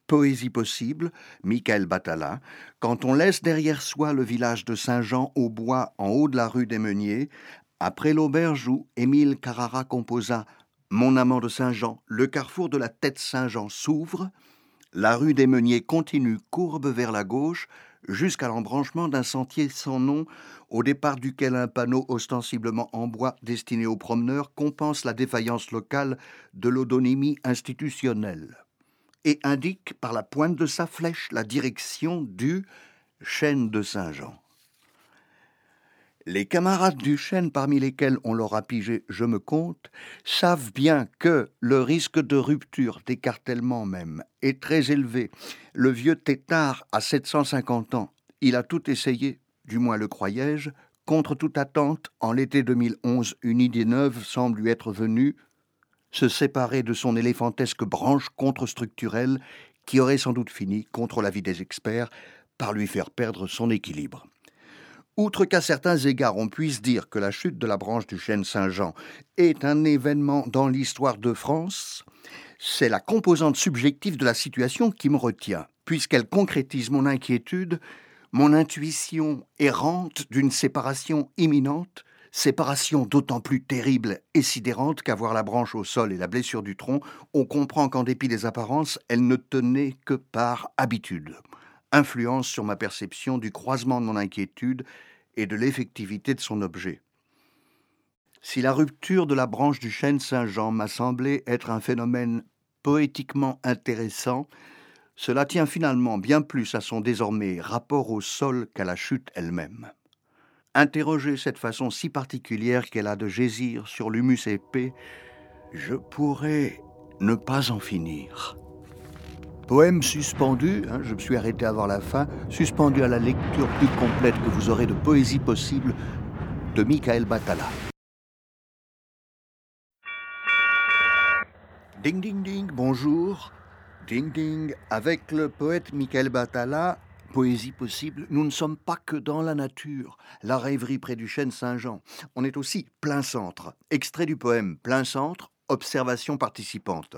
Poésie possible, Michael Battala, quand on laisse derrière soi le village de Saint-Jean au bois en haut de la rue des Meuniers, après l'auberge où Émile Carrara composa Mon amant de Saint-Jean, le carrefour de la tête Saint-Jean s'ouvre, la rue des Meuniers continue courbe vers la gauche jusqu'à l'embranchement d'un sentier sans nom au départ duquel un panneau ostensiblement en bois destiné aux promeneurs compense la défaillance locale de l'odonymie institutionnelle et indique par la pointe de sa flèche la direction du chêne de Saint-Jean. Les camarades du chêne, parmi lesquels on leur a pigé « je me compte », savent bien que le risque de rupture, d'écartèlement même, est très élevé. Le vieux tétard a 750 ans. Il a tout essayé, du moins le croyais-je. Contre toute attente, en l'été 2011, une idée neuve semble lui être venue, se séparer de son éléphantesque branche contre-structurelle qui aurait sans doute fini, contre l'avis des experts, par lui faire perdre son équilibre. Outre qu'à certains égards on puisse dire que la chute de la branche du chêne Saint-Jean est un événement dans l'histoire de France, c'est la composante subjective de la situation qui me retient, puisqu'elle concrétise mon inquiétude, mon intuition errante d'une séparation imminente, séparation d'autant plus terrible et sidérante qu'à voir la branche au sol et la blessure du tronc, on comprend qu'en dépit des apparences, elle ne tenait que par habitude. Influence sur ma perception du croisement de mon inquiétude et de l'effectivité de son objet. Si la rupture de la branche du chêne Saint-Jean m'a semblé être un phénomène poétiquement intéressant, cela tient finalement bien plus à son désormais rapport au sol qu'à la chute elle-même. Interrogée cette façon si particulière qu'elle a de jaisir sur l'humus épais, je pourrais ne pas en finir. Poème suspendu, je me suis arrêté avant la fin, suspendu à la lecture plus complète que vous aurez de Poésie possible de Michael Battala. Ding ding ding, bonjour. Ding ding, avec le poète Michael Battala, Poésie possible, nous ne sommes pas que dans la nature, la rêverie près du chêne Saint-Jean. On est aussi plein centre. Extrait du poème Plein centre, observation participante.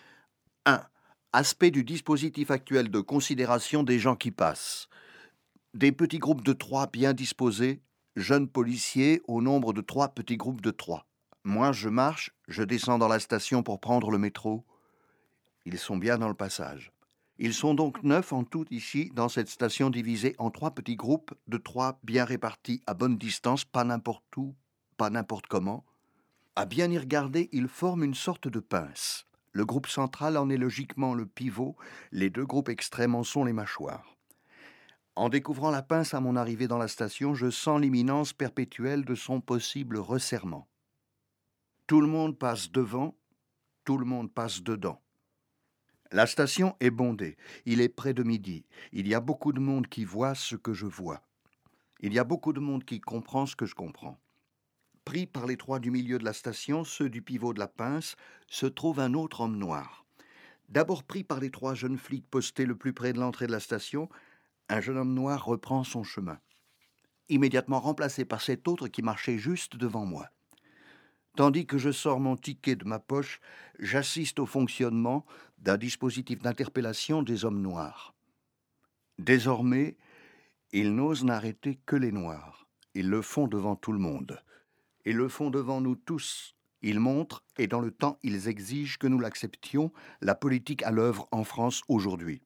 1. Aspect du dispositif actuel de considération des gens qui passent. Des petits groupes de 3 bien disposés, jeunes policiers au nombre de 3 petits groupes de 3. Moi, je marche, je descends dans la station pour prendre le métro. Ils sont bien dans le passage. Ils sont donc 9 en tout ici, dans cette station divisée en 3 petits groupes de 3 bien répartis à bonne distance, pas n'importe où, pas n'importe comment. À bien y regarder, ils forment une sorte de pince. Le groupe central en est logiquement le pivot, les 2 groupes extrêmes en sont les mâchoires. En découvrant la pince à mon arrivée dans la station, je sens l'imminence perpétuelle de son possible resserrement. Tout le monde passe devant, tout le monde passe dedans. La station est bondée, il est près de midi, il y a beaucoup de monde qui voit ce que je vois. Il y a beaucoup de monde qui comprend ce que je comprends. Pris par les 3 du milieu de la station, ceux du pivot de la pince, se trouve un autre homme noir. D'abord pris par les 3 jeunes flics postés le plus près de l'entrée de la station, un jeune homme noir reprend son chemin. Immédiatement remplacé par cet autre qui marchait juste devant moi. Tandis que je sors mon ticket de ma poche, j'assiste au fonctionnement d'un dispositif d'interpellation des hommes noirs. Désormais, ils n'osent n'arrêter que les noirs. Ils le font devant tout le monde. Ils le font devant nous tous. Ils montrent, et dans le temps, ils exigent que nous l'acceptions, la politique à l'œuvre en France aujourd'hui.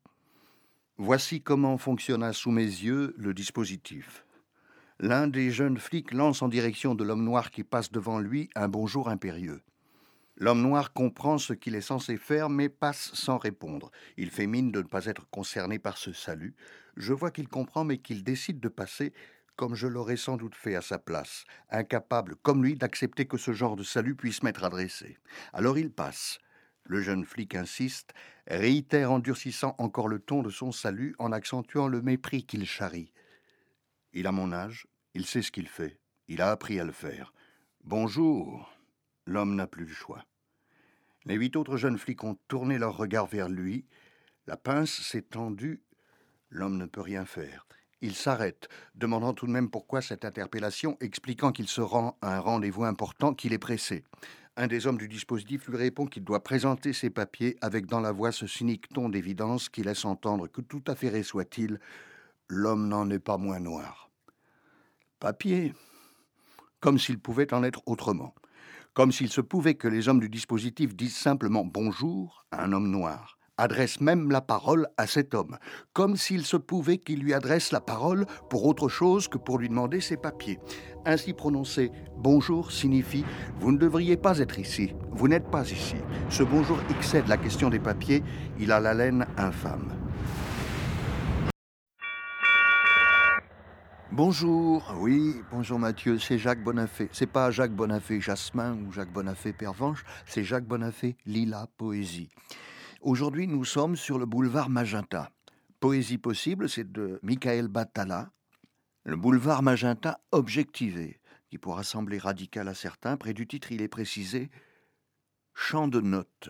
Voici comment fonctionna sous mes yeux le dispositif. L'un des jeunes flics lance en direction de l'homme noir qui passe devant lui un bonjour impérieux. L'homme noir comprend ce qu'il est censé faire, mais passe sans répondre. Il fait mine de ne pas être concerné par ce salut. Je vois qu'il comprend, mais qu'il décide de passer, comme je l'aurais sans doute fait à sa place, incapable, comme lui, d'accepter que ce genre de salut puisse m'être adressé. Alors il passe. Le jeune flic insiste, réitère en durcissant encore le ton de son salut, en accentuant le mépris qu'il charrie. Il a mon âge, il sait ce qu'il fait, il a appris à le faire. Bonjour, l'homme n'a plus le choix. Les 8 autres jeunes flics ont tourné leur regard vers lui. La pince s'est tendue, l'homme ne peut rien faire. Il s'arrête, demandant tout de même pourquoi cette interpellation, expliquant qu'il se rend à un rendez-vous important, qu'il est pressé. Un des hommes du dispositif lui répond qu'il doit présenter ses papiers avec dans la voix ce cynique ton d'évidence qui laisse entendre que tout affairé soit-il, l'homme n'en est pas moins noir. Papier, comme s'il pouvait en être autrement. Comme s'il se pouvait que les hommes du dispositif disent simplement bonjour à un homme noir, adressent même la parole à cet homme, comme s'il se pouvait qu'il lui adresse la parole pour autre chose que pour lui demander ses papiers. Ainsi prononcé, bonjour signifie vous ne devriez pas être ici, vous n'êtes pas ici. Ce bonjour excède la question des papiers, il a la laine infâme. Bonjour, oui, bonjour Mathieu, c'est Jacques Bonafé. C'est pas Jacques Bonafé Jasmin ou Jacques Bonafé Pervenche, c'est Jacques Bonafé Lila Poésie. Aujourd'hui, nous sommes sur le boulevard Magenta. Poésie possible, c'est de Michael Batala. Le boulevard Magenta objectivé, qui pourra sembler radical à certains. Près du titre, il est précisé chant de notes.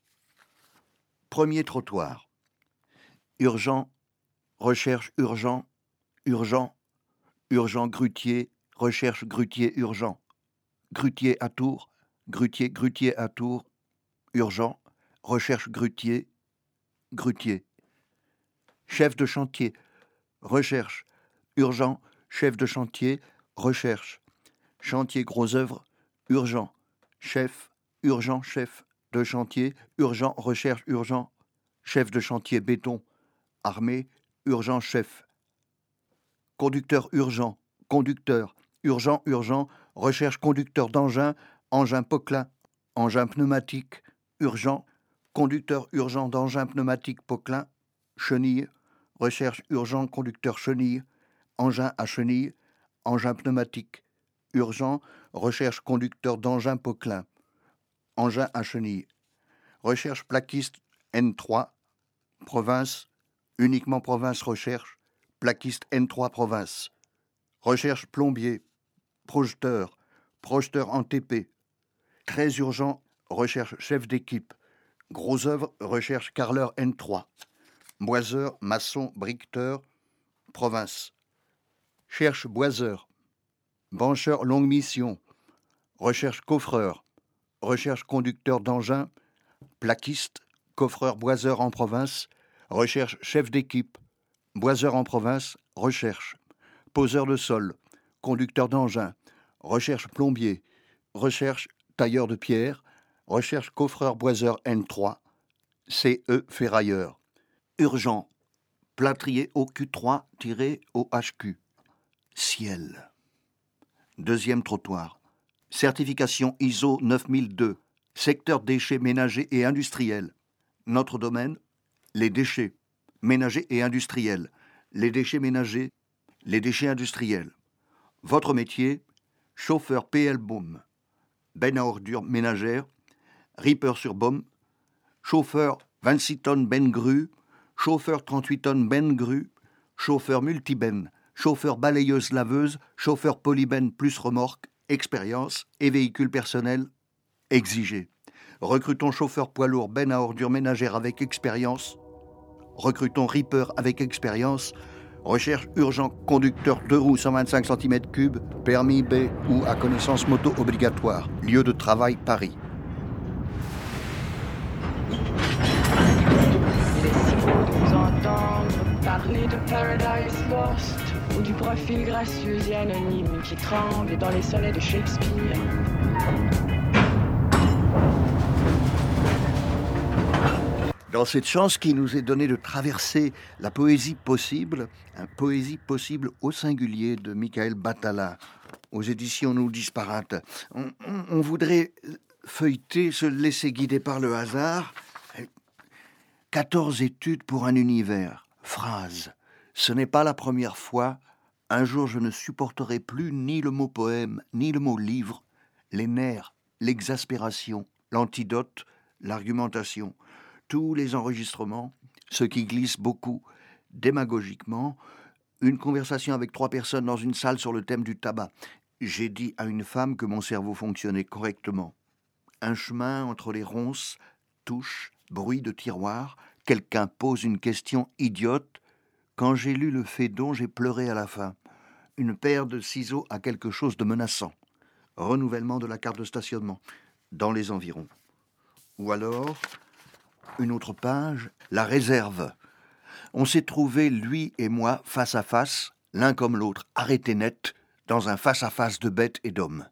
Premier trottoir. Urgent, recherche urgent, urgent. Urgent grutier, recherche grutier urgent. Grutier à Tours, grutier à Tours. Urgent, recherche grutier, grutier. Chef de chantier, recherche. Urgent, chef de chantier, recherche. Chantier gros œuvre, urgent. Chef, urgent, chef de chantier, urgent, recherche, urgent. Chef de chantier béton, armée, urgent, chef. Conducteur urgent, conducteur, urgent, urgent, recherche conducteur d'engin, engin Poquelin, engin pneumatique, urgent, conducteur urgent d'engin pneumatique Poquelin, chenille, recherche urgent conducteur chenille, engin à chenille, engin pneumatique, urgent, recherche conducteur d'engin Poquelin, engin à chenille, recherche plaquiste N3, province, uniquement province recherche, plaquiste N3 province. Recherche plombier, projeteur, projeteur en TP. Très urgent, recherche chef d'équipe. Gros œuvre, recherche carreleur N3. Boiseur, maçon, briqueteur, province. Cherche boiseur. Brancheur longue mission. Recherche coffreur. Recherche conducteur d'engin. Plaquiste, coffreur boiseur en province. Recherche chef d'équipe. Boiseur en province, recherche. Poseur de sol, conducteur d'engin, recherche plombier, recherche tailleur de pierre, recherche coffreur boiseur N3, CE ferrailleur. Urgent, plâtrier OQ3-OHQ. Ciel. Deuxième trottoir. Certification ISO 9002. Secteur déchets ménagers et industriels. Notre domaine, les déchets ménagers et industriels. Les déchets ménagers, les déchets industriels. Votre métier, chauffeur PL Baume, benne à ordures ménagères, ripper sur baume, chauffeur 26 tonnes benne grue, chauffeur 38 tonnes benne grue, chauffeur multibenne, chauffeur balayeuse laveuse, chauffeur polybenne plus remorque, expérience et véhicule personnel exigé. Recrutons chauffeur poids lourd benne à ordures ménagères avec expérience. Recrutons ripper avec expérience. Recherche urgent conducteur 2 roues 125 cm3, permis B ou à connaissance moto obligatoire. Lieu de travail Paris. Il est si beau de vous entendre parler de Paradise Lost ou du profil gracieux et anonyme qui tremble dans les sonnets de Shakespeare. Dans cette chance qui nous est donnée de traverser la poésie possible au singulier de Michael Batala, aux éditions Nous Disparates, on voudrait feuilleter, se laisser guider par le hasard. 14 études pour un univers. Phrase. Ce n'est pas la première fois. Un jour, je ne supporterai plus ni le mot poème, ni le mot livre, les nerfs, l'exaspération, l'antidote, l'argumentation. Tous les enregistrements, ceux qui glissent beaucoup, démagogiquement, une conversation avec 3 personnes dans une salle sur le thème du tabac. J'ai dit à une femme que mon cerveau fonctionnait correctement. Un chemin entre les ronces, touches, bruit de tiroir, quelqu'un pose une question idiote. Quand j'ai lu le Phédon, j'ai pleuré à la fin. Une paire de ciseaux a quelque chose de menaçant. Renouvellement de la carte de stationnement. dans les environs. Ou alors, une autre page, la réserve. On s'est trouvés, lui et moi, face à face, l'un comme l'autre, arrêtés net, dans un face-à-face de bêtes et d'hommes.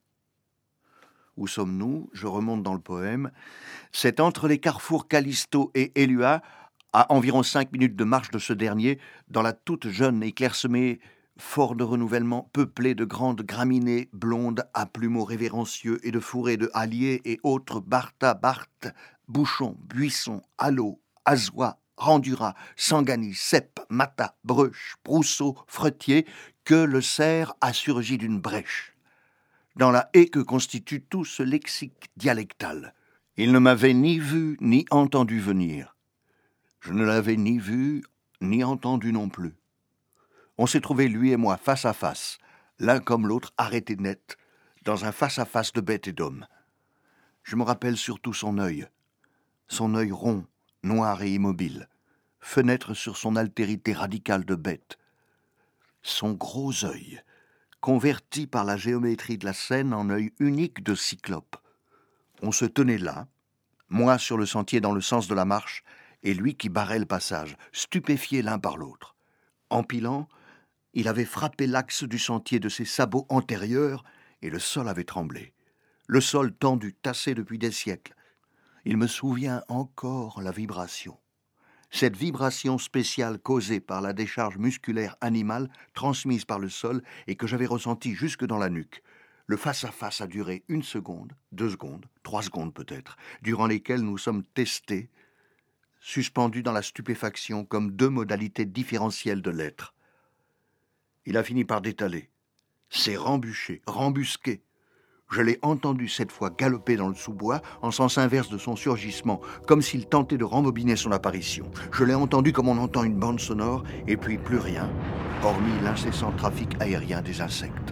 Où sommes-nous ? Je remonte dans le poème. C'est entre les carrefours Callisto et Élua, à environ 5 minutes de marche de ce dernier, dans la toute jeune et clairsemée fort de renouvellement, peuplée de grandes graminées blondes à plumeaux révérencieux et de fourrés de halliers et autres Barthes, Bouchon, Buisson, Allo, Azois, Randura, Sangani, Cep, Mata, Breuch, Brousseau, Fretier, que le cerf a surgi d'une brèche. Dans la haie que constitue tout ce lexique dialectal. Il ne m'avait ni vu ni entendu venir. Je ne l'avais ni vu ni entendu non plus. On s'est trouvés, lui et moi, face à face, l'un comme l'autre arrêtés net, dans un face-à-face de bêtes et d'hommes. Je me rappelle surtout son œil rond, noir et immobile, fenêtre sur son altérité radicale de bête. Son gros œil, converti par la géométrie de la scène en œil unique de cyclope. On se tenait là, moi sur le sentier dans le sens de la marche, et lui qui barrait le passage, stupéfiés l'un par l'autre. Empilant, il avait frappé l'axe du sentier de ses sabots antérieurs, et le sol avait tremblé. Le sol tendu, tassé depuis des siècles. Il me souvient encore la vibration. Cette vibration spéciale causée par la décharge musculaire animale transmise par le sol et que j'avais ressentie jusque dans la nuque. Le face-à-face a duré 1 seconde, 2 secondes, 3 secondes peut-être, durant lesquelles nous sommes testés, suspendus dans la stupéfaction comme 2 modalités différentielles de l'être. Il a fini par détaler. C'est rembusqué. Je l'ai entendu cette fois galoper dans le sous-bois en sens inverse de son surgissement, comme s'il tentait de rembobiner son apparition. Je l'ai entendu comme on entend une bande sonore, et puis plus rien, hormis l'incessant trafic aérien des insectes.